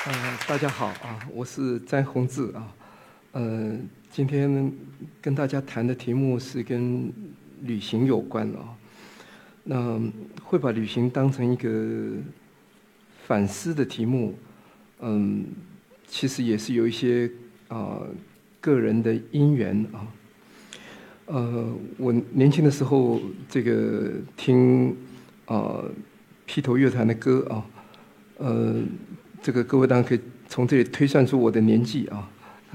大家好啊，我是詹宏志啊。今天跟大家谈的题目是跟旅行有关的啊。那会把旅行当成一个反思的题目，其实也是有一些个人的因缘啊。我年轻的时候听披头乐团的歌啊，这个各位当然可以从这里推算出我的年纪啊。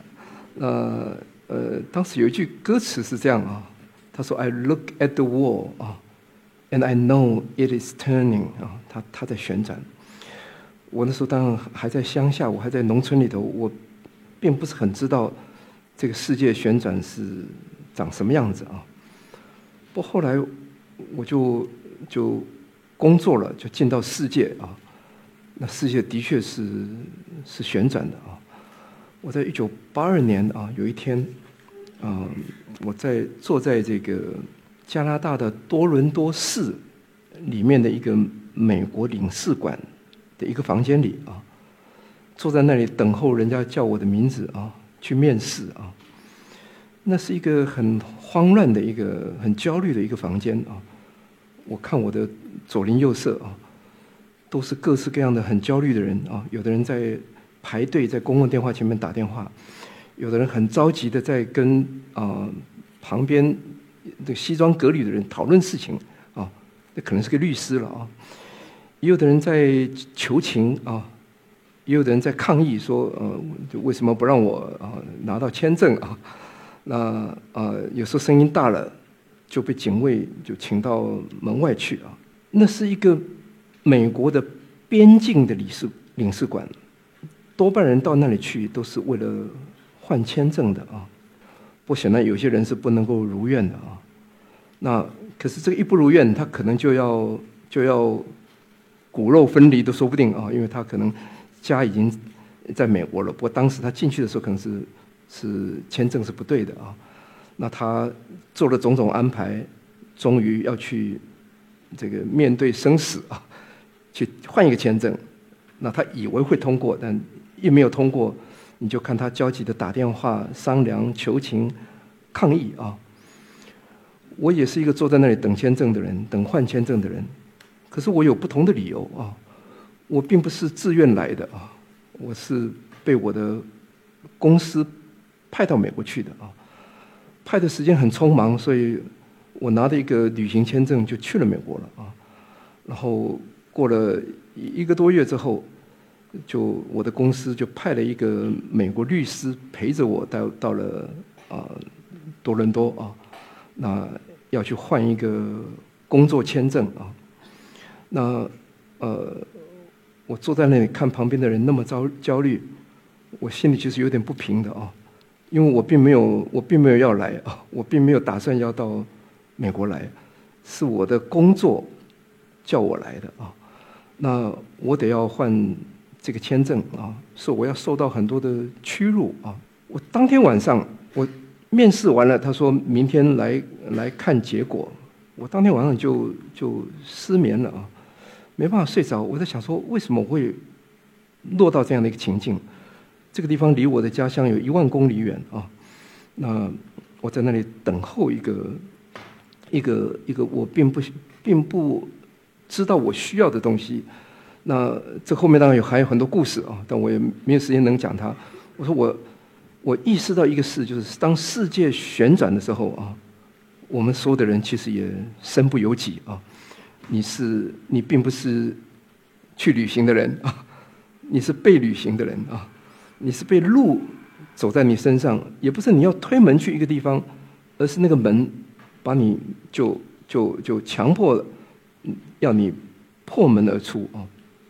当时有一句歌词是这样啊，他说 "I look at the wall 啊 ，and I know it is turning 啊，它在旋转。我那时候当然还在乡下，我还在农村里头，我并不是很知道这个世界旋转是长什么样子啊。不过后来我就工作了，就进到世界啊。那世界的确是旋转的啊！我在1982年啊，有一天，我坐在这个加拿大的多伦多市里面的一个美国领事馆的一个房间里啊，坐在那里等候人家叫我的名字啊，去面试啊。那是一个很慌乱的一个很焦虑的一个房间啊。我看我的左邻右舍啊，都是各式各样的很焦虑的人啊，有的人在排队在公共电话前面打电话，有的人很着急的在跟旁边这个西装革履的人讨论事情啊，那可能是个律师了啊，也有的人在求情啊，也有的人在抗议说就为什么不让我拿到签证啊？那有时候声音大了就被警卫就请到门外去啊。那是一个美国的边境的领事馆，多半人到那里去都是为了换签证的啊。不显然有些人是不能够如愿的啊。那可是这个一不如愿，他可能就要骨肉分离都说不定啊，因为他可能家已经在美国了。不过当时他进去的时候可能是签证是不对的啊。那他做了种种安排，终于要去这个面对生死啊。去换一个签证，那他以为会通过，但一没有通过，你就看他焦急的打电话商量、求情、抗议啊。我也是一个坐在那里等签证的人，等换签证的人，可是我有不同的理由啊。我并不是自愿来的啊，我是被我的公司派到美国去的啊。派的时间很匆忙，所以我拿着一个旅行签证就去了美国了啊。然后过了1个多月之后，我的公司就派了一个美国律师陪着我到了多伦多啊，那要去换一个工作签证啊。那我坐在那里看旁边的人那么焦虑，我心里其实有点不平的啊，因为我并没有要来啊，我并没有打算要到美国来，是我的工作叫我来的啊。那我得要换这个签证啊，所以我要受到很多的屈辱啊。我当天晚上我面试完了，他说明天来看结果，我当天晚上就失眠了啊，没办法睡着。我在想说，为什么我会落到这样的一个情境？这个地方离我的家乡有1万公里远啊。那我在那里等候一个我并不知道我需要的东西。那这后面当然还有很多故事啊，但我也没有时间能讲它。我说我意识到一个事，就是当世界旋转的时候啊，我们所有的人其实也身不由己啊。你并不是去旅行的人啊，你是被旅行的人啊，你是被路走在你身上，也不是你要推门去一个地方，而是那个门把你就强迫要你破门而出啊。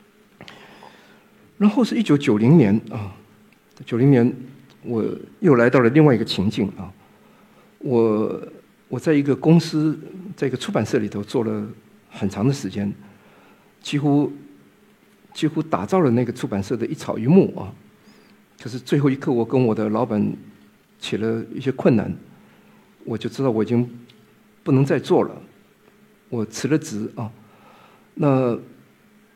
然后是1990年啊，90年我又来到了另外一个情境啊。我在一个公司，在一个出版社里头做了很长的时间，几乎打造了那个出版社的一草一木啊。可是最后一刻，我跟我的老板起了一些困难，我就知道我已经不能再做了，我辞了职啊。那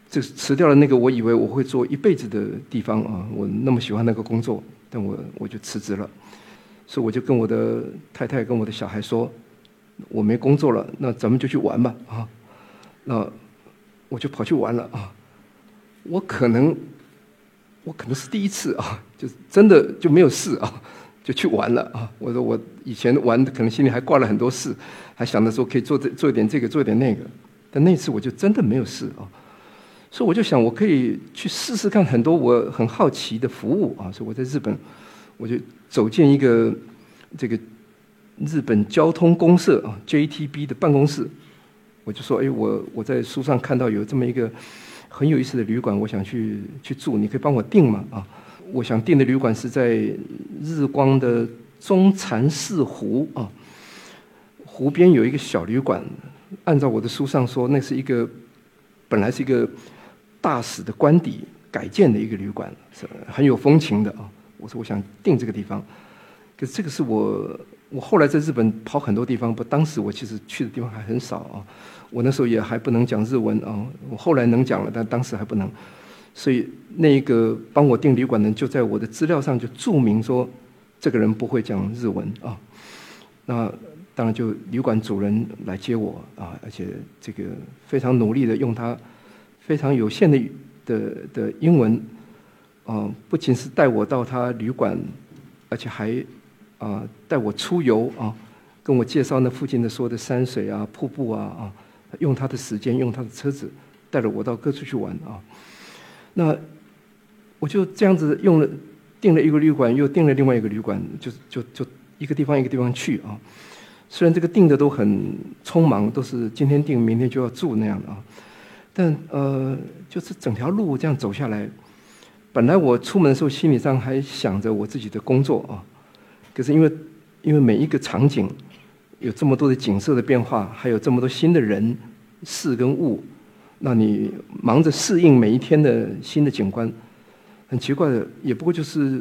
这辞掉了那个我以为我会做一辈子的地方啊，我那么喜欢那个工作，但我就辞职了。所以我就跟我的太太跟我的小孩说，我没工作了，那咱们就去玩吧啊。那我就跑去玩了啊。我可能是第一次啊，就是真的就没有事啊，就去玩了啊。我说我以前玩可能心里还挂了很多事，还想着说可以做一点这个做一点那个，但那次我就真的没有事啊。所以我就想我可以去试试看很多我很好奇的服务啊。所以我在日本，我就走进一个这个日本交通公社啊 JTB 的办公室，我就说，哎，我在书上看到有这么一个很有意思的旅馆，我想去住，你可以帮我订吗？啊，我想订的旅馆是在日光的中禅寺湖啊，湖边有一个小旅馆，按照我的书上说，那是本来是一个大使的官邸改建的一个旅馆，是很有风情的啊。我说我想订这个地方，可是这个是我后来在日本跑很多地方，当时我其实去的地方还很少啊。我那时候也还不能讲日文啊，我后来能讲了，但当时还不能。所以那个帮我订旅馆的人就在我的资料上就注明说，这个人不会讲日文啊。那当然就旅馆主人来接我啊，而且这个非常努力的用他非常有限的英文啊，不仅是带我到他旅馆，而且还带我出游啊，跟我介绍那附近的所有的山水啊、瀑布啊，用他的时间，用他的车子带着我到各处去玩啊。那我就这样子订了一个旅馆，又订了另外一个旅馆，就一个地方一个地方去啊。虽然这个订的都很匆忙，都是今天订明天就要住那样的啊，但就是整条路这样走下来，本来我出门的时候心理上还想着我自己的工作啊，可是因为每一个场景有这么多的景色的变化，还有这么多新的人事跟物，那你忙着适应每一天的新的景观，很奇怪的，也不过就是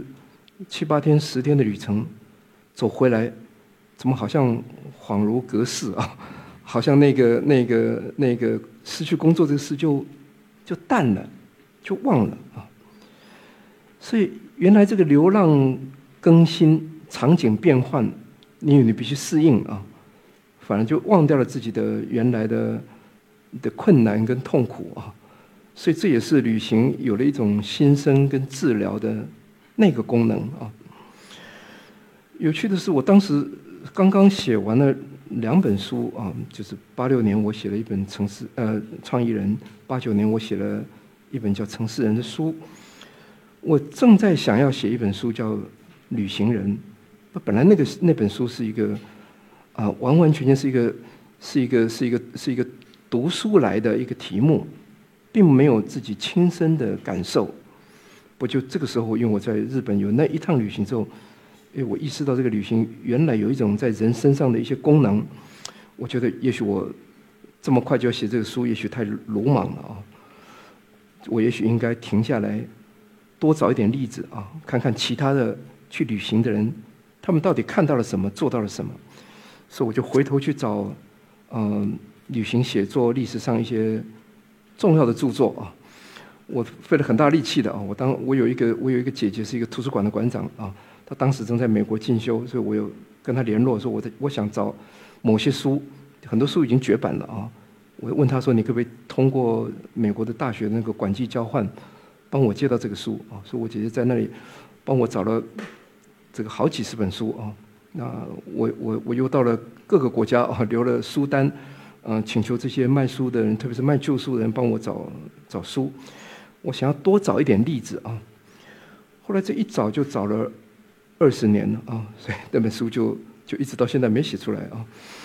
7、8天、10天的旅程，走回来，怎么好像恍如隔世啊？好像那个失去工作这个事就淡了，就忘了啊。所以原来这个流浪更新、场景变换，你必须适应啊，反而就忘掉了自己的原来的困难跟痛苦啊。所以这也是旅行有了一种新生跟治疗的那个功能啊。有趣的是，我当时刚刚写完了2本书啊，就是86年我写了一本创意人，89年我写了一本叫《城市人》的书。我正在想要写一本书叫《旅行人》，本来那本书是一个完完全全是一个读书来的一个题目，并没有自己亲身的感受。不就这个时候，因为我在日本有那一趟旅行之后，我意识到这个旅行原来有一种在人身上的一些功能。我觉得也许我这么快就要写这个书，也许太鲁莽了啊！我也许应该停下来，多找一点例子啊，看看其他的去旅行的人，他们到底看到了什么，做到了什么。所以我就回头去找旅行写作历史上一些重要的著作啊。我费了很大力气的啊！我有一个姐姐是一个图书馆的馆长啊，她当时正在美国进修，所以我有跟她联络说我想找某些书，很多书已经绝版了啊。我问她说你可不可以通过美国的大学那个馆际交换，帮我借到这个书啊？所以我姐姐在那里帮我找了这个好几十本书啊。那我又到了各个国家啊，留了书单，请求这些卖书的人，特别是卖旧书的人帮我找书。我想要多找一点例子啊。后来这一找就找了20年了啊，所以那本书就一直到现在没写出来啊。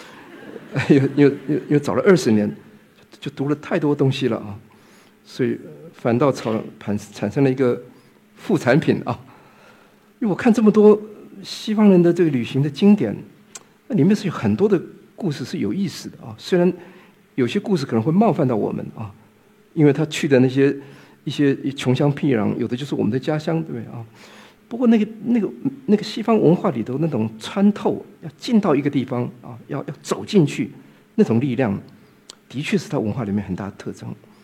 又找了20年，就读了太多东西了啊，所以反倒产生了一个副产品啊。因为我看这么多西方人的这个旅行的经典，那里面是有很多的故事是有意思的啊。虽然有些故事可能会冒犯到我们啊，因为他去的一些穷乡僻壤，有的就是我们的家乡，对不对啊？不过那个西方文化里头那种穿透，要进到一个地方啊，要走进去，那种力量，的确是他文化里面很大的特征。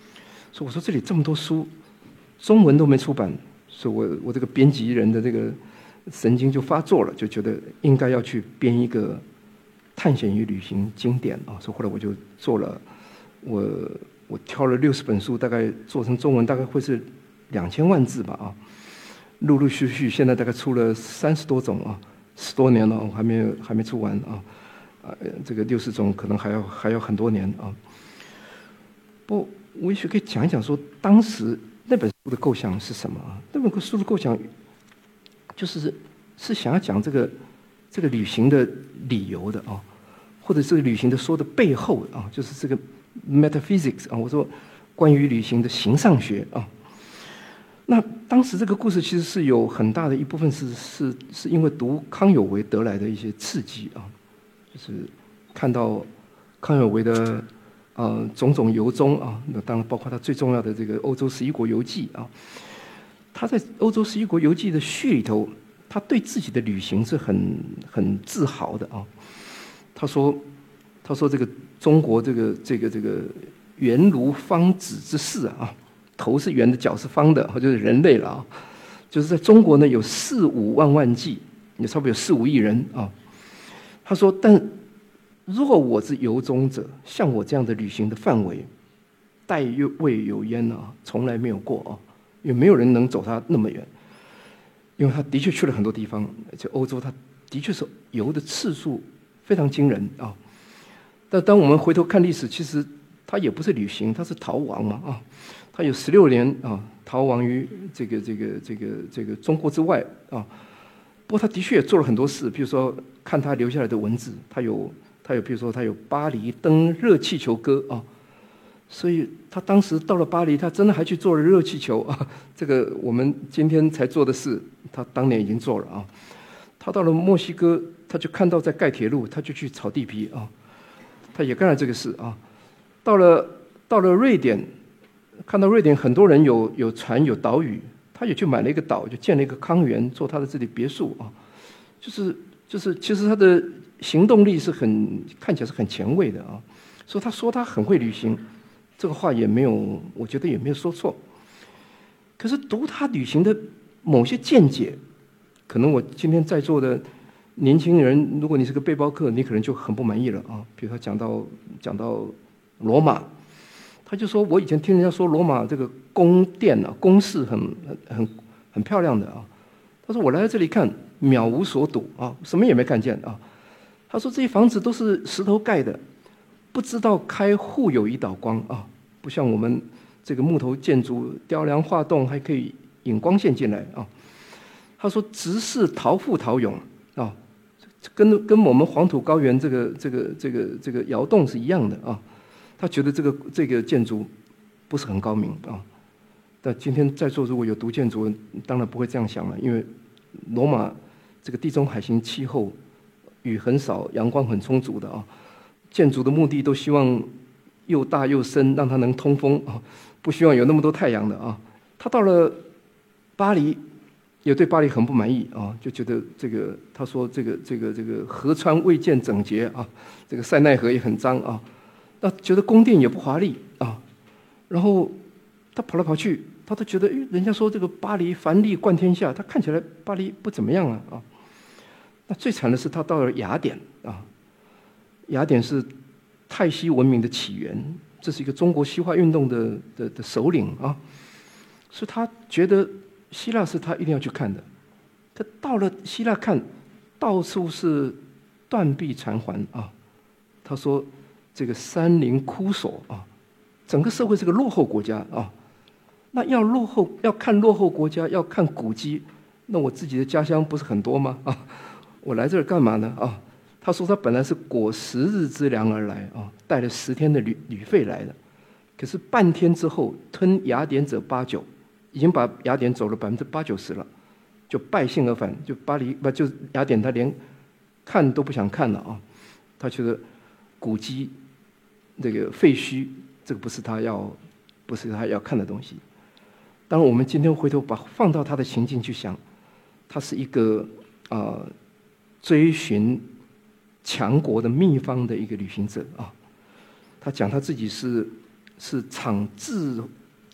所以我说这里这么多书，中文都没出版，所以我这个编辑人的这个神经就发作了，就觉得应该要去编一个探险与旅行经典啊。所以后来我就做了，我挑了60本书，大概做成中文大概会是2000万字吧啊。陆陆续续现在大概出了30多种啊，10多年了，我还没出完啊。这个60种可能还要很多年啊。不，我也许可以讲一讲说，当时那本书的构想是什么啊？那本书的构想是想要讲这个旅行的理由的啊，或者这个旅行的说的背后啊，就是这个 metaphysics 啊，我说关于旅行的形上学啊。那当时这个故事其实是有很大的一部分是因为读康有为得来的一些刺激啊。就是看到康有为的种种游踪啊，那当然包括他最重要的这个欧洲11国游记啊。他在欧洲11国游记的序里头，他对自己的旅行是很自豪的啊。他说这个中国这个圆如方子之士啊，头是圆的，脚是方的，就是人类了啊。就是在中国呢有4-5万计，也差不多有4-5亿人啊。他说：“但若我是游踪者，像我这样的旅行的范围，殆未有焉啊，从来没有过啊，因为没有人能走他那么远。因为他的确去了很多地方，而且欧洲他的确是游的次数非常惊人啊。但当我们回头看历史，其实他也不是旅行，他是逃亡嘛啊。他有16年啊，逃亡于这个中国之外啊。不过他的确也做了很多事，比如说看他留下来的文字，他有，比如说他有巴黎登热气球歌啊，所以他当时到了巴黎，他真的还去做了热气球啊。这个我们今天才做的事，他当年已经做了啊。他到了墨西哥，他就看到在盖铁路，他就去炒地皮啊，他也干了这个事啊。到了瑞典，看到瑞典很多人有船有岛屿。他也去买了一个岛，就建了一个康园，做他的自己别墅啊。其实他的行动力是看起来是很前卫的啊。所以他说他很会旅行，这个话我觉得也没有说错。可是读他旅行的某些见解，可能我今天在座的年轻人，如果你是个背包客，你可能就很不满意了啊。比如他讲到罗马。他就说：“我以前听人家说罗马这个宫殿啊，宫室很漂亮的啊。他说我来到这里看，渺无所睹啊，什么也没看见啊。他说这些房子都是石头盖的，不知道开户有一道光啊，不像我们这个木头建筑，雕梁画栋还可以引光线进来啊。他说直视桃腹桃涌啊，跟我们黄土高原这个窑洞是一样的啊。”他觉得这个建筑不是很高明啊，但今天在座如果有读建筑，当然不会这样想了，因为罗马这个地中海型气候，雨很少，阳光很充足的啊，建筑的目的都希望又大又深，让它能通风啊，不希望有那么多太阳的啊。他到了巴黎，也对巴黎很不满意啊，就觉得他说这个河川未见整洁啊，这个塞纳河也很脏啊。那觉得宫殿也不华丽啊，然后他跑来跑去，他都觉得，人家说这个巴黎繁丽冠天下，他看起来巴黎不怎么样啊。那最惨的是他到了雅典啊，雅典是泰西文明的起源，这是一个中国西化运动的首领啊，所以他觉得希腊是他一定要去看的。他到了希腊看，到处是断壁残垣啊，他说。这个山林枯索啊，整个社会是个落后国家啊。那要看落后国家，要看古迹，那我自己的家乡不是很多吗？啊，我来这儿干嘛呢？啊，他说他本来是裹10日之粮而来啊，带了10天的旅费来的，可是半天之后吞雅典者8-9，已经把雅典走了80%-90%了，就败兴而返，就雅典他连看都不想看了啊，他觉得古迹。这个废墟，这个不是他要看的东西。当然，我们今天回头放到他的情境去想，他是一个追寻强国的秘方的一个旅行者啊。他讲他自己是淌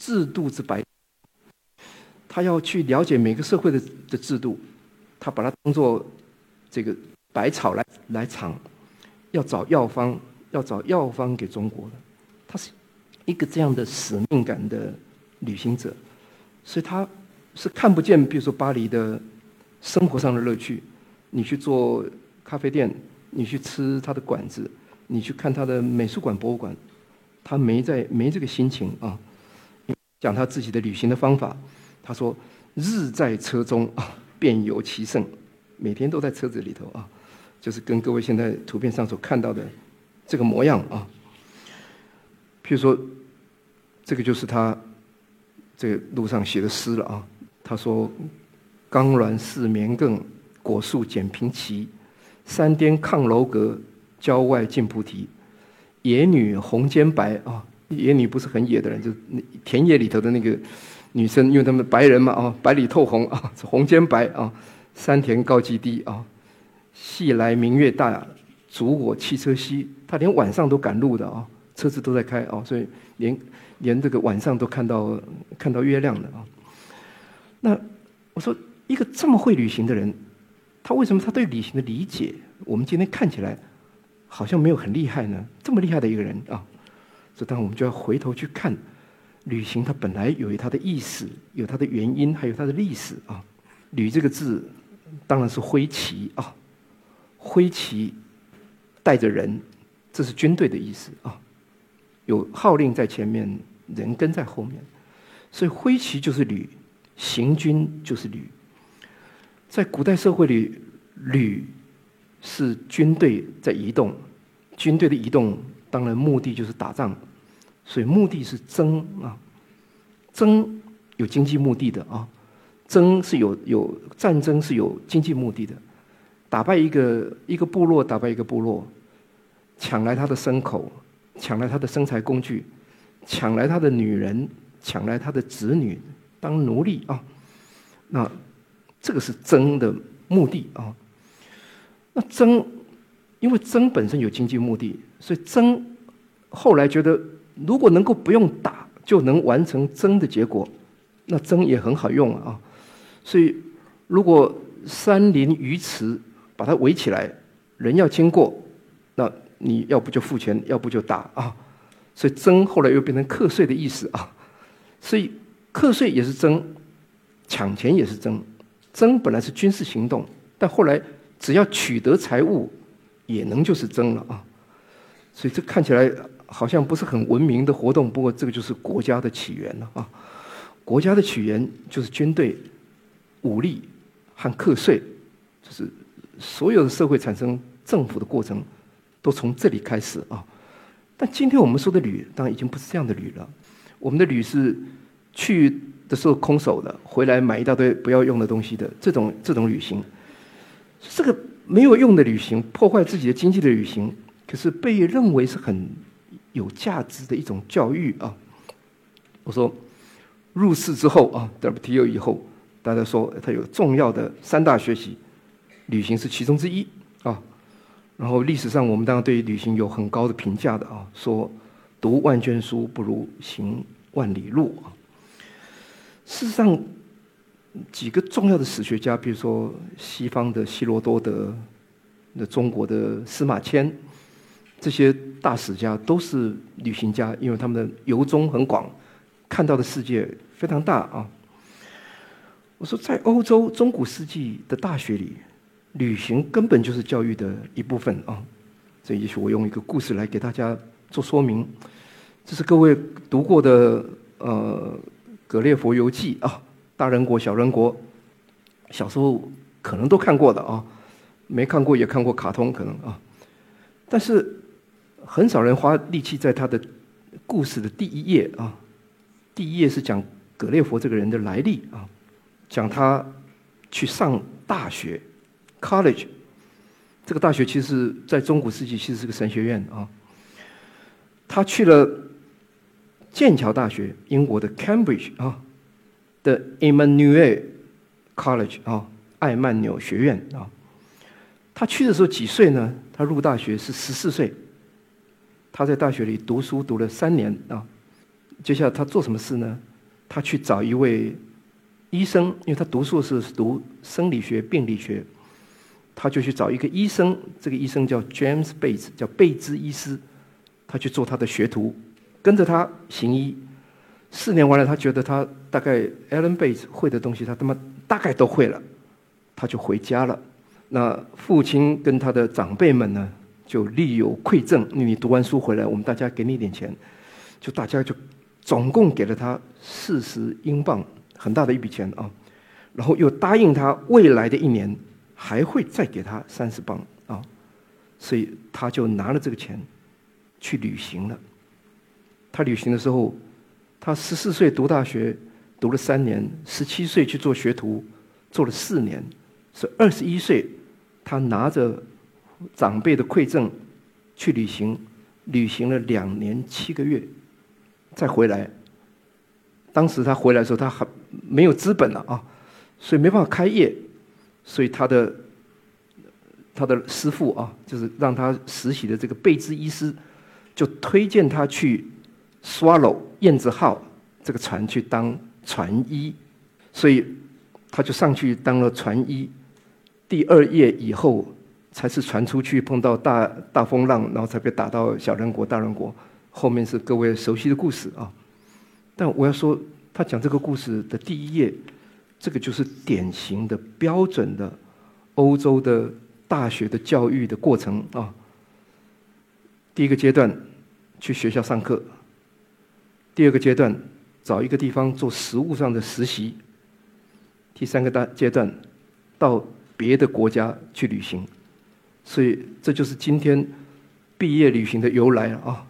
制度之白，他要去了解每个社会的制度，他把它当作这个百草来尝，要找药方给中国的。他是一个这样的使命感的旅行者，所以他是看不见，比如说巴黎的生活上的乐趣，你去做咖啡店，你去吃他的馆子，你去看他的美术馆、博物馆，他没这个心情啊。讲他自己的旅行的方法，他说：“日在车中啊，便游其胜。”每天都在车子里头啊，就是跟各位现在图片上所看到的这个模样啊。譬如说，这个就是他这个路上写的诗了啊。他说：“冈峦寺棉亘，果树简平齐。山巅抗楼阁，郊外尽菩提。野女红肩白啊。”野女不是很野的人，就是田野里头的那个女生，因为他们白人嘛啊，白里透红啊，红肩白啊，山田高基低啊，夕来明月大，烛火汽车稀。他连晚上都赶路的啊，车子都在开啊，所以连这个晚上都看到月亮的啊。那我说，一个这么会旅行的人，他为什么他对旅行的理解，我们今天看起来好像没有很厉害呢？这么厉害的一个人啊！所以，当然我们就要回头去看，旅行它本来有它的意思，有它的原因，还有它的历史啊。旅这个字，当然是挥旗啊，挥旗带着人，这是军队的意思啊。有号令在前面，人跟在后面，所以挥旗就是旅，行军就是旅。在古代社会里，旅是军队在移动，军队的移动。当然，目的就是打仗，所以目的是征啊。征有经济目的的啊，征是有战争是有经济目的的。打败一个部落，打败一个部落，抢来他的牲口，抢来他的生财工具，抢来他的女人，抢来他的子女当奴隶啊。那这个是征的目的啊。那征。因为征本身有经济目的，所以征后来觉得，如果能够不用打就能完成征的结果，那征也很好用啊。所以，如果山林鱼池把它围起来，人要经过，那你要不就付钱，要不就打啊。所以征后来又变成课税的意思啊。所以课税也是征，抢钱也是征。征本来是军事行动，但后来只要取得财物。也能就是征了啊，所以这看起来好像不是很文明的活动，不过这个就是国家的起源了啊。国家的起源就是军队、武力和课税，就是所有的社会产生政府的过程，都从这里开始啊。但今天我们说的旅，当然已经不是这样的旅了。我们的旅是去的时候空手的，回来买一大堆不要用的东西的这种旅行，这个。没有用的旅行，破坏自己的经济的旅行，可是被认为是很有价值的一种教育啊。我说入世之后啊 ，WTO 以后，大家说它有重要的3大学习，旅行是其中之一啊。然后历史上我们当然对旅行有很高的评价的啊，说读万卷书不如行万里路啊。事实上。几个重要的史学家，比如说西方的希罗多德、中国的司马迁，这些大史家都是旅行家，因为他们的游踪很广，看到的世界非常大啊。我说，在欧洲中古世纪的大学里，旅行根本就是教育的一部分啊。这也许我用一个故事来给大家做说明。这是各位读过的葛列佛游记啊。大人国、小人国，小时候可能都看过的啊，没看过也看过卡通可能啊，但是很少人花力气在他的故事的第1页啊。第1页是讲葛列佛这个人的来历啊，讲他去上大学 college， 这个大学其实在中古世纪其实是个神学院啊。他去了剑桥大学，英国的 Cambridge 啊。的 Emmanuel College 啊，艾曼纽学院啊，他去的时候几岁呢？他入大学是14岁。他在大学里读书读了3年啊。接下来他做什么事呢？ 他去找一位医生，因为他读硕士是读生理学、病理学，他就去找一个医生，这个医生叫 James Bates， 叫贝兹医师，他去做他的学徒，跟着他行医。4年完了，他觉得他大概 Alan Bates 会的东西，他大概都会了，他就回家了。那父亲跟他的长辈们呢，就力有馈赠，你读完书回来，我们大家给你一点钱，就大家就总共给了他40英镑，很大的一笔钱啊。然后又答应他未来的1年还会再给他30镑啊，所以他就拿了这个钱去旅行了。他旅行的时候，他14岁读大学，读了3年；17岁去做学徒，做了4年；是21岁，他拿着长辈的馈赠去旅行，旅行了2年7个月，再回来。当时他回来的时候，他还没有资本了啊，所以没办法开业，所以他的师父啊，就是让他实习的这个贝兹医师，就推荐他去 Swallow 燕子号这个船去当船医，所以他就上去当了船医。第2夜以后，才是船出去碰到大风浪，然后才被打到小人国、大人国。后面是各位熟悉的故事啊。但我要说，他讲这个故事的第1页，这个就是典型的标准的欧洲的大学的教育的过程啊。第1个阶段，去学校上课；第2个阶段，找一个地方做实务上的实习；第3个阶段，到别的国家去旅行。所以这就是今天毕业旅行的由来啊。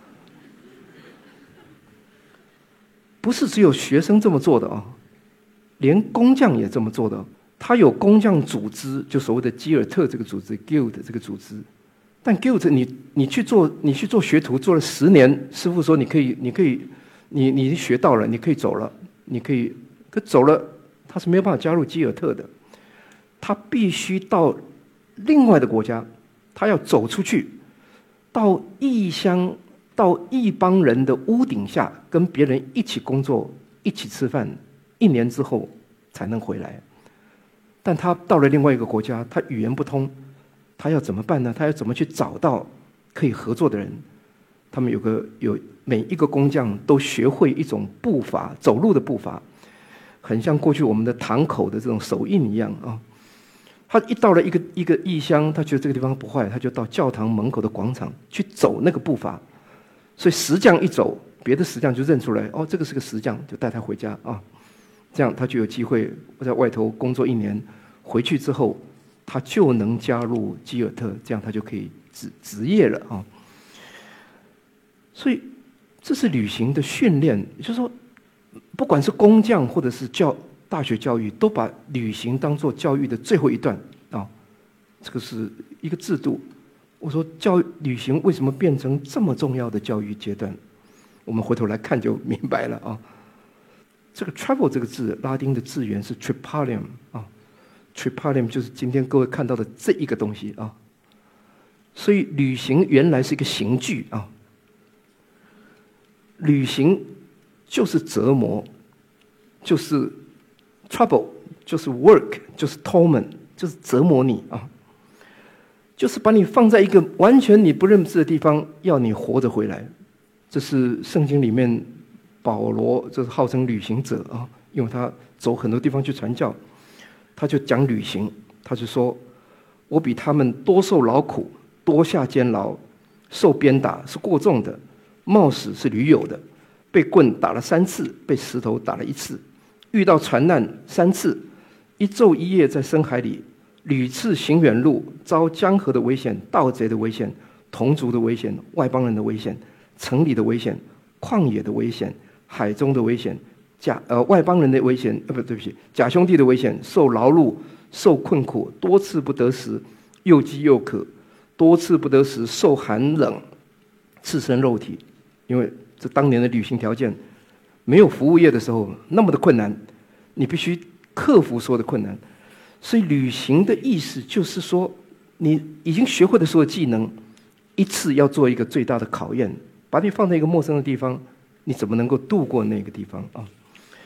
不是只有学生这么做的啊，连工匠也这么做的。他有工匠组织，就所谓的基尔特这个组织 Guild 这个组织。但 Guild 你去做学徒，做了10年，师傅说你学到了，你可以走了，可走了他是没有办法加入基尔特的，他必须到另外的国家，他要走出去，到异乡，到异邦人的屋顶下，跟别人一起工作，一起吃饭，1年之后才能回来。但他到了另外一个国家，他语言不通，他要怎么办呢？他要怎么去找到可以合作的人？他们有每一个工匠都学会一种步伐，走路的步伐，很像过去我们的堂口的这种手印一样啊。他一到了一个异乡，他觉得这个地方不坏，他就到教堂门口的广场去走那个步伐。所以石匠一走，别的石匠就认出来，哦，这个是个石匠，就带他回家啊。这样他就有机会在外头工作1年，回去之后他就能加入基尔特，这样他就可以职业了啊。所以这是旅行的训练，也就是说，不管是工匠或者是大学教育，都把旅行当作教育的最后一段啊。这个是一个制度。我说旅行为什么变成这么重要的教育阶段？我们回头来看就明白了啊。这个 travel 这个字，拉丁的字源是 tripalium 啊 ，tripalium 就是今天各位看到的这一个东西啊。所以旅行原来是一个刑具啊，旅行就是折磨，就是 trouble， 就是 work， 就是 torment， 就是折磨你啊。就是把你放在一个完全你不认识的地方，要你活着回来。这是圣经里面保罗，这是号称旅行者啊，因为他走很多地方去传教，他就讲旅行，他就说：我比他们多受劳苦，多下监牢，受鞭打是过重的，冒死是屡有的，被棍打了3次，被石头打了1次，遇到船难3次，1昼1夜在深海里。屡次行远路，遭江河的危险、盗贼的危险、同族的危险、外邦人的危险、城里的危险、旷野的危险、海中的危险、外邦人的危险，对不起，假兄弟的危险，受劳碌、受困苦，多次不得食，又饥又渴，多次不得食，受寒冷，赤身肉体。因为这当年的旅行条件，没有服务业的时候那么的困难，你必须克服所有的困难。所以旅行的意思就是说，你已经学会的所有技能，一次要做一个最大的考验，把你放在一个陌生的地方，你怎么能够度过那个地方啊？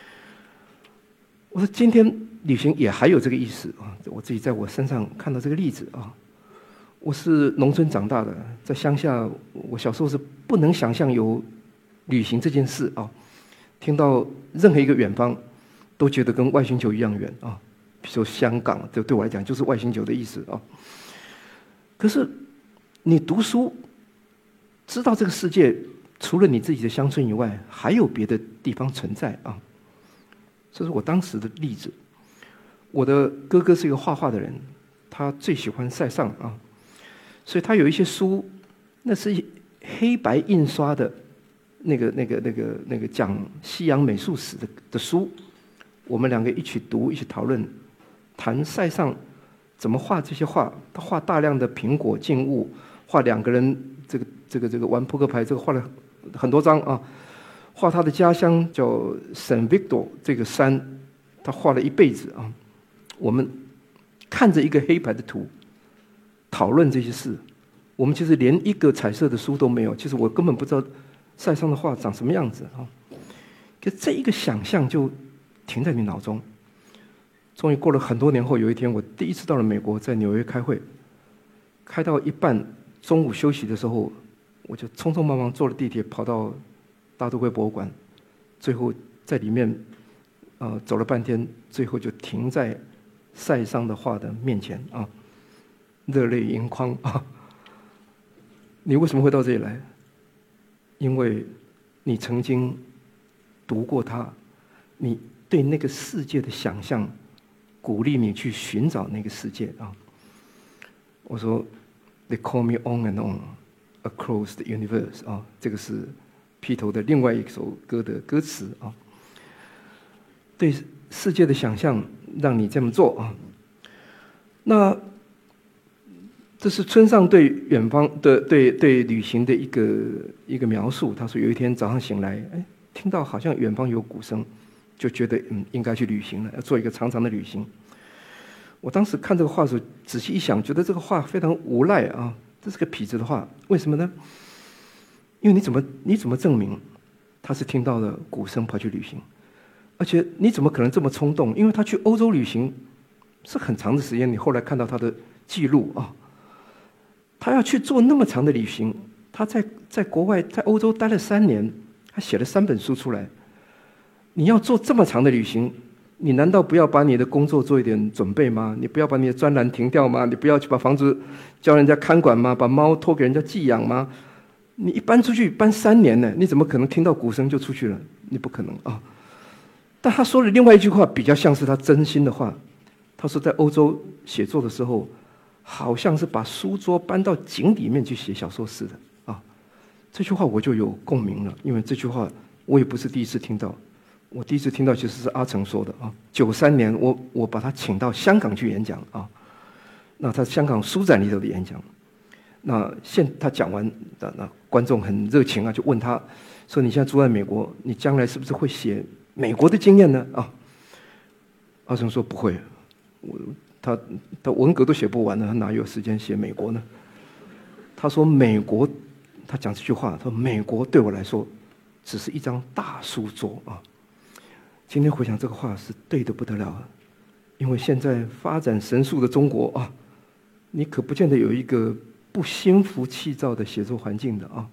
我说今天旅行也还有这个意思啊，我自己在我身上看到这个例子啊。我是农村长大的，在乡下，我小时候是不能想象有旅行这件事啊。听到任何一个远方，都觉得跟外星球一样远啊。比如说香港，这对我来讲就是外星球的意思啊。可是你读书，知道这个世界除了你自己的乡村以外，还有别的地方存在啊。这是我当时的例子。我的哥哥是一个画画的人，他最喜欢塞尚啊。所以他有一些书，那是黑白印刷的，那个讲西洋美术史的书，我们两个一起读，一起讨论，谈塞尚怎么画这些画。他画大量的苹果静物，画两个人这个玩扑克牌，这个画了很多张啊。画他的家乡叫 Saint Victor 这个山，他画了一辈子啊。我们看着一个黑白的图。讨论这些事，我们其实连一个彩色的书都没有。其实我根本不知道塞尚的画长什么样子啊。可这一个想象就停在你脑中。终于过了很多年后，有一天我第一次到了美国，在纽约开会，开到一半，中午休息的时候，我就匆匆忙忙坐了地铁跑到大都会博物馆，最后在里面走了半天，最后就停在塞尚的画的面前啊。热泪盈眶啊！你为什么会到这里来？因为你曾经读过它，你对那个世界的想象，鼓励你去寻找那个世界啊。我说 ，They call me on and on across the universe 啊，这个是披头的另外一首歌的歌词啊。对世界的想象，让你这么做啊。那。这是村上对远方的对旅行的一个描述。他说有一天早上醒来，听到好像远方有鼓声，就觉得应该去旅行了，要做一个长长的旅行。我当时看这个画的时候，仔细一想，觉得这个画非常无赖啊，这是个痞子的画。为什么呢？因为你怎么证明他是听到了鼓声跑去旅行？而且你怎么可能这么冲动？因为他去欧洲旅行是很长的时间，你后来看到他的记录啊。他要去做那么长的旅行，他在国外在欧洲待了3年，他写了3本书出来。你要做这么长的旅行，你难道不要把你的工作做一点准备吗？你不要把你的专栏停掉吗？你不要去把房子叫人家看管吗？把猫托给人家寄养吗？你一搬出去搬3年呢，你怎么可能听到鼓声就出去了？你不可能啊！但他说了另外一句话，比较像是他真心的话。他说在欧洲写作的时候。好像是把书桌搬到井里面去写小说似的啊！这句话我就有共鸣了，因为这句话我也不是第一次听到，我第一次听到其实是阿成说的啊。93年我把他请到香港去演讲啊，那他香港书展里头的演讲，那他讲完，那观众很热情啊，就问他说：“你现在住在美国，你将来是不是会写美国的经验呢？”啊，阿成说：“不会，他文革都写不完了，他哪有时间写美国呢？”他说：“美国，他讲这句话，他说美国对我来说，只是一张大书桌啊。”今天回想这个话是对的不得了，因为现在发展神速的中国啊，你可不见得有一个不心浮气躁的写作环境的啊。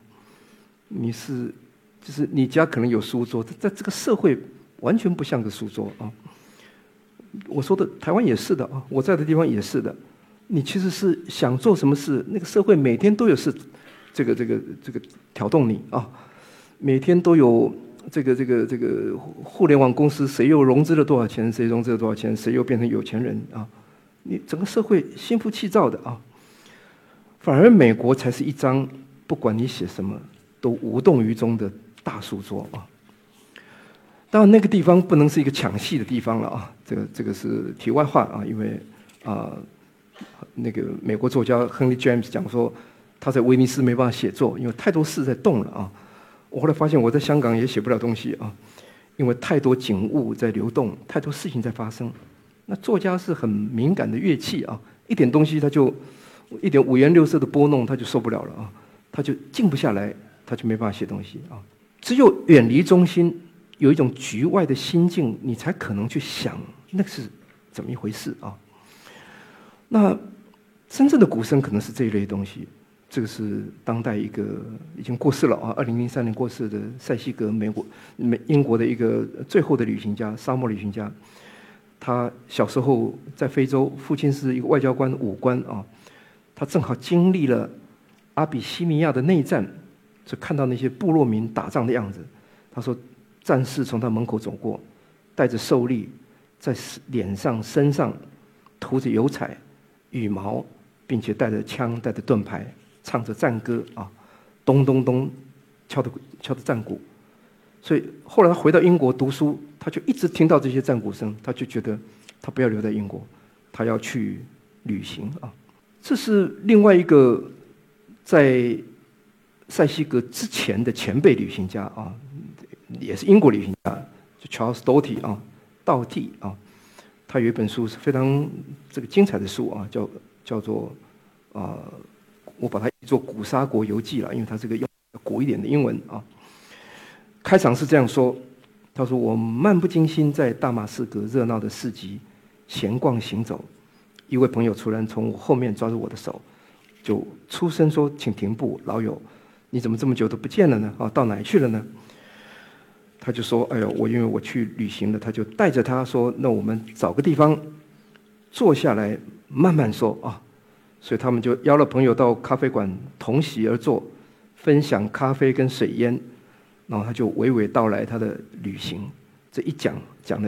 就是你家可能有书桌，在这个社会完全不像个书桌啊。我说的台湾也是的啊，我在的地方也是的。你其实是想做什么事，那个社会每天都有事，这个挑动你啊，每天都有这个互联网公司谁又融资了多少钱，谁融资了多少钱，谁又变成有钱人啊？你整个社会心浮气躁的啊。反而美国才是一张不管你写什么都无动于衷的大书桌啊。当然，那个地方不能是一个抢戏的地方了啊！这个是题外话啊，因为那个美国作家亨利· James 讲说，他在威尼斯没办法写作，因为太多事在动了啊。我后来发现我在香港也写不了东西啊，因为太多景物在流动，太多事情在发生。那作家是很敏感的乐器啊，一点东西他就一点五颜六色的拨弄，他就受不了了啊，他就静不下来，他就没办法写东西啊。只有远离中心， 有一种局外的心境，你才可能去想那是怎么一回事啊。那真正的古僧可能是这一类东西。这个是当代一个已经过世了啊，2003年过世的塞西格，英国的一个最后的旅行家，沙漠旅行家。他小时候在非洲，父亲是一个外交官、武官啊。他正好经历了阿比西尼亚的内战，就看到那些部落民打仗的样子。他说，战士从他门口走过，带着兽力，在脸上、身上涂着油彩、羽毛，并且带着枪、带着盾牌。唱着战歌啊，咚咚咚，敲着战鼓，所以后来他回到英国读书，他就一直听到这些战鼓声，他就觉得他不要留在英国，他要去旅行啊。这是另外一个在塞西格之前的前辈旅行家啊，也是英国旅行家，就 Charles Doughty 啊，道蒂啊，他有一本书是非常这个精彩的书啊，叫做我把它译作《古沙国游记》了，因为它是个用古一点的英文啊。开场是这样说：“他说我漫不经心在大马士革热闹的市集闲逛行走，一位朋友突然从我后面抓住我的手，就出声说：‘请停步，老友，你怎么这么久都不见了呢？啊，到哪去了呢？’他就说：‘哎呦，因为我去旅行了。’他就带着他说：‘那我们找个地方坐下来慢慢说啊。’所以他们就邀了朋友到咖啡馆同席而坐，分享咖啡跟水烟，然后他就娓娓道来他的旅行。这一讲了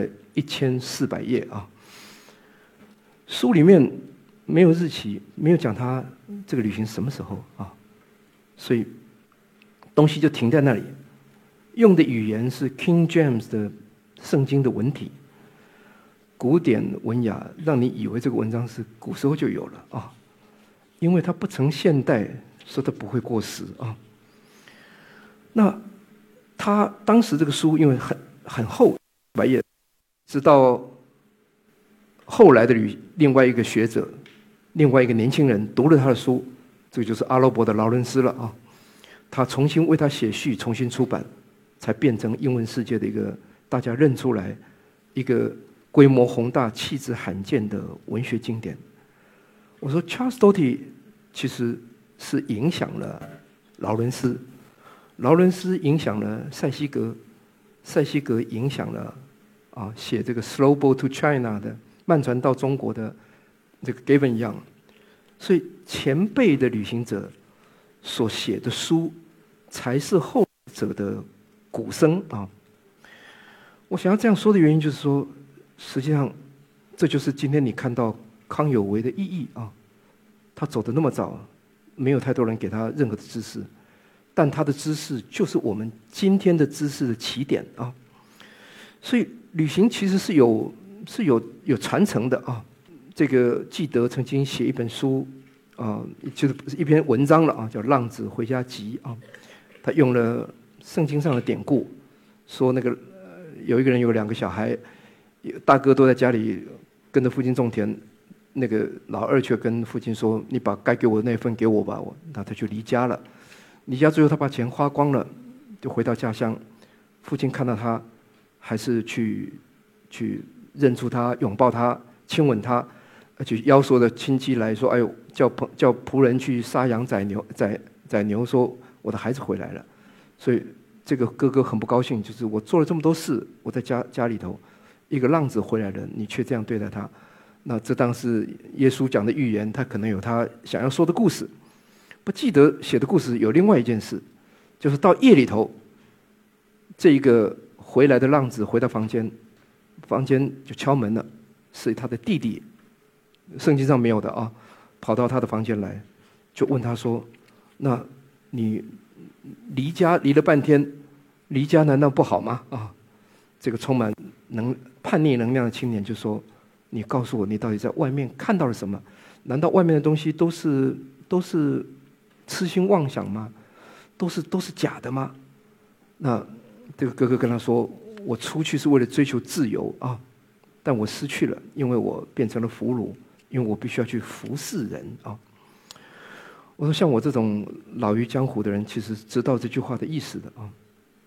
1400页啊。书里面没有日期，没有讲他这个旅行什么时候啊，所以东西就停在那里。用的语言是 King James 的圣经的文体，古典文雅，让你以为这个文章是古时候就有了啊。因为它不成现代，所以它不会过时啊。那他当时这个书因为很厚，100页，直到后来的另外一个学者，另外一个年轻人读了他的书，这个就是阿拉伯的劳伦斯了啊。他重新为他写序，重新出版，才变成英文世界的一个大家认出来一个规模宏大、气质罕见的文学经典。我说 Charles Doughty 其实是影响了劳伦斯，劳伦斯影响了塞西格，塞西格影响了写这个 Slow Boat to China 的慢船到中国的这个 Gavin Young。所以前辈的旅行者所写的书，才是后者的古僧啊。我想要这样说的原因，就是说，实际上这就是今天你看到康有为的意义啊。他走得那么早，没有太多人给他任何的知识，但他的知识就是我们今天的知识的起点啊。所以旅行其实是有传承的啊。这个纪德曾经写一本书就是一篇文章了啊，叫《浪子回家集》啊。他用了圣经上的典故，说那个有一个人有2个小孩，大哥都在家里跟着父亲种田。那个老二却跟父亲说：“你把该给我的那份给我吧。”那他就离家了。离家最后他把钱花光了，就回到家乡。父亲看到他，还是去认出他，拥抱他，亲吻他，就邀所有的亲戚来说：“哎呦，叫仆人去杀羊宰牛，说我的孩子回来了。”所以这个哥哥很不高兴，就是我做了这么多事，我在家里头，一个浪子回来了，你却这样对待他。那这当是耶稣讲的预言，他可能有他想要说的故事。不记得写的故事有另外一件事，就是到夜里头，这一个回来的浪子回到房间就敲门了，是他的弟弟，圣经上没有的啊，跑到他的房间来，就问他说：“那你离家离了半天，离家难道不好吗？”啊，这个充满叛逆能量的青年就说：“你告诉我，你到底在外面看到了什么？难道外面的东西都是痴心妄想吗？都是假的吗？”那这个哥哥跟他说：“我出去是为了追求自由啊，但我失去了，因为我变成了俘虏，因为我必须要去服侍人啊。”我说，像我这种老于江湖的人，其实知道这句话的意思的啊。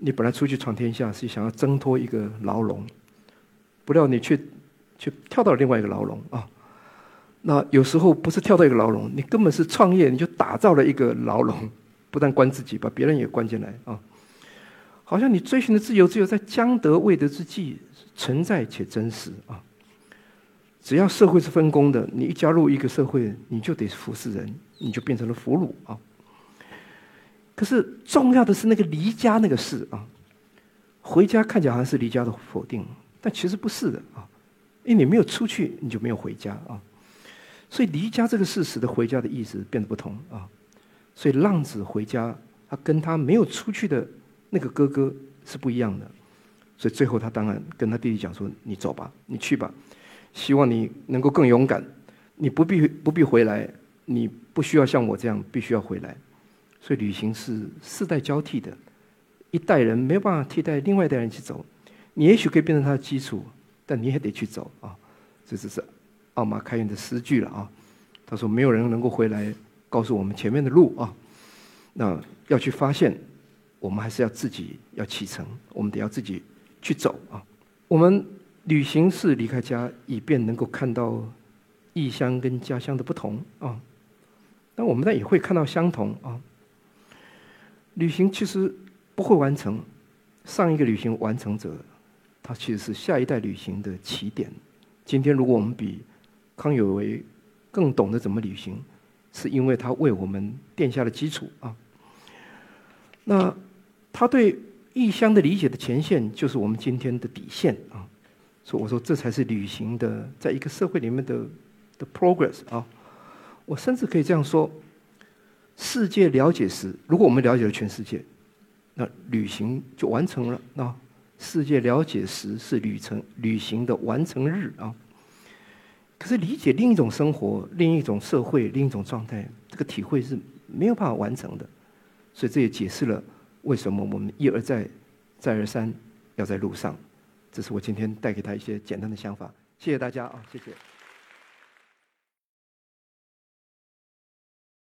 你本来出去闯天下是想要挣脱一个牢笼，不料你却跳到另外一个牢笼啊。那有时候不是跳到一个牢笼，你根本是创业，你就打造了一个牢笼，不但关自己，把别人也关进来啊。好像你追寻的自由，只有在将得未得之际存在且真实啊。只要社会是分工的，你一加入一个社会，你就得服侍人，你就变成了俘虏啊。可是重要的是那个离家那个事啊，回家看起来好像是离家的否定，但其实不是的啊，因为你没有出去，你就没有回家啊。所以离家这个事使得回家的意思变得不同啊。所以浪子回家，他跟他没有出去的那个哥哥是不一样的。所以最后他当然跟他弟弟讲说：“你走吧，你去吧，希望你能够更勇敢。你不必回来，你不需要像我这样必须要回来。”所以旅行是世代交替的，一代人没有办法替代另外一代人去走。你也许可以变成他的基础，但你也得去走啊。这只是奥马开源的诗句了啊。他说：“没有人能够回来告诉我们前面的路啊。那要去发现，我们还是要自己要启程，我们得要自己去走啊。我们旅行是离开家，以便能够看到异乡跟家乡的不同啊。但我们呢也会看到相同啊。旅行其实不会完成，上一个旅行完成者，他其实是下一代旅行的起点。今天如果我们比康有为更懂得怎么旅行，是因为他为我们奠下了基础啊。那他对异乡的理解的前线，就是我们今天的底线啊。所以我说，这才是旅行的，在一个社会里面的 progress 啊。我甚至可以这样说：世界了解时，如果我们了解了全世界，那旅行就完成了。那世界了解时是旅行的完成日啊。可是理解另一种生活、另一种社会、另一种状态，这个体会是没有办法完成的。所以这也解释了为什么我们一而再、再而三要在路上。这是我今天带给他一些简单的想法。谢谢大家啊，谢谢。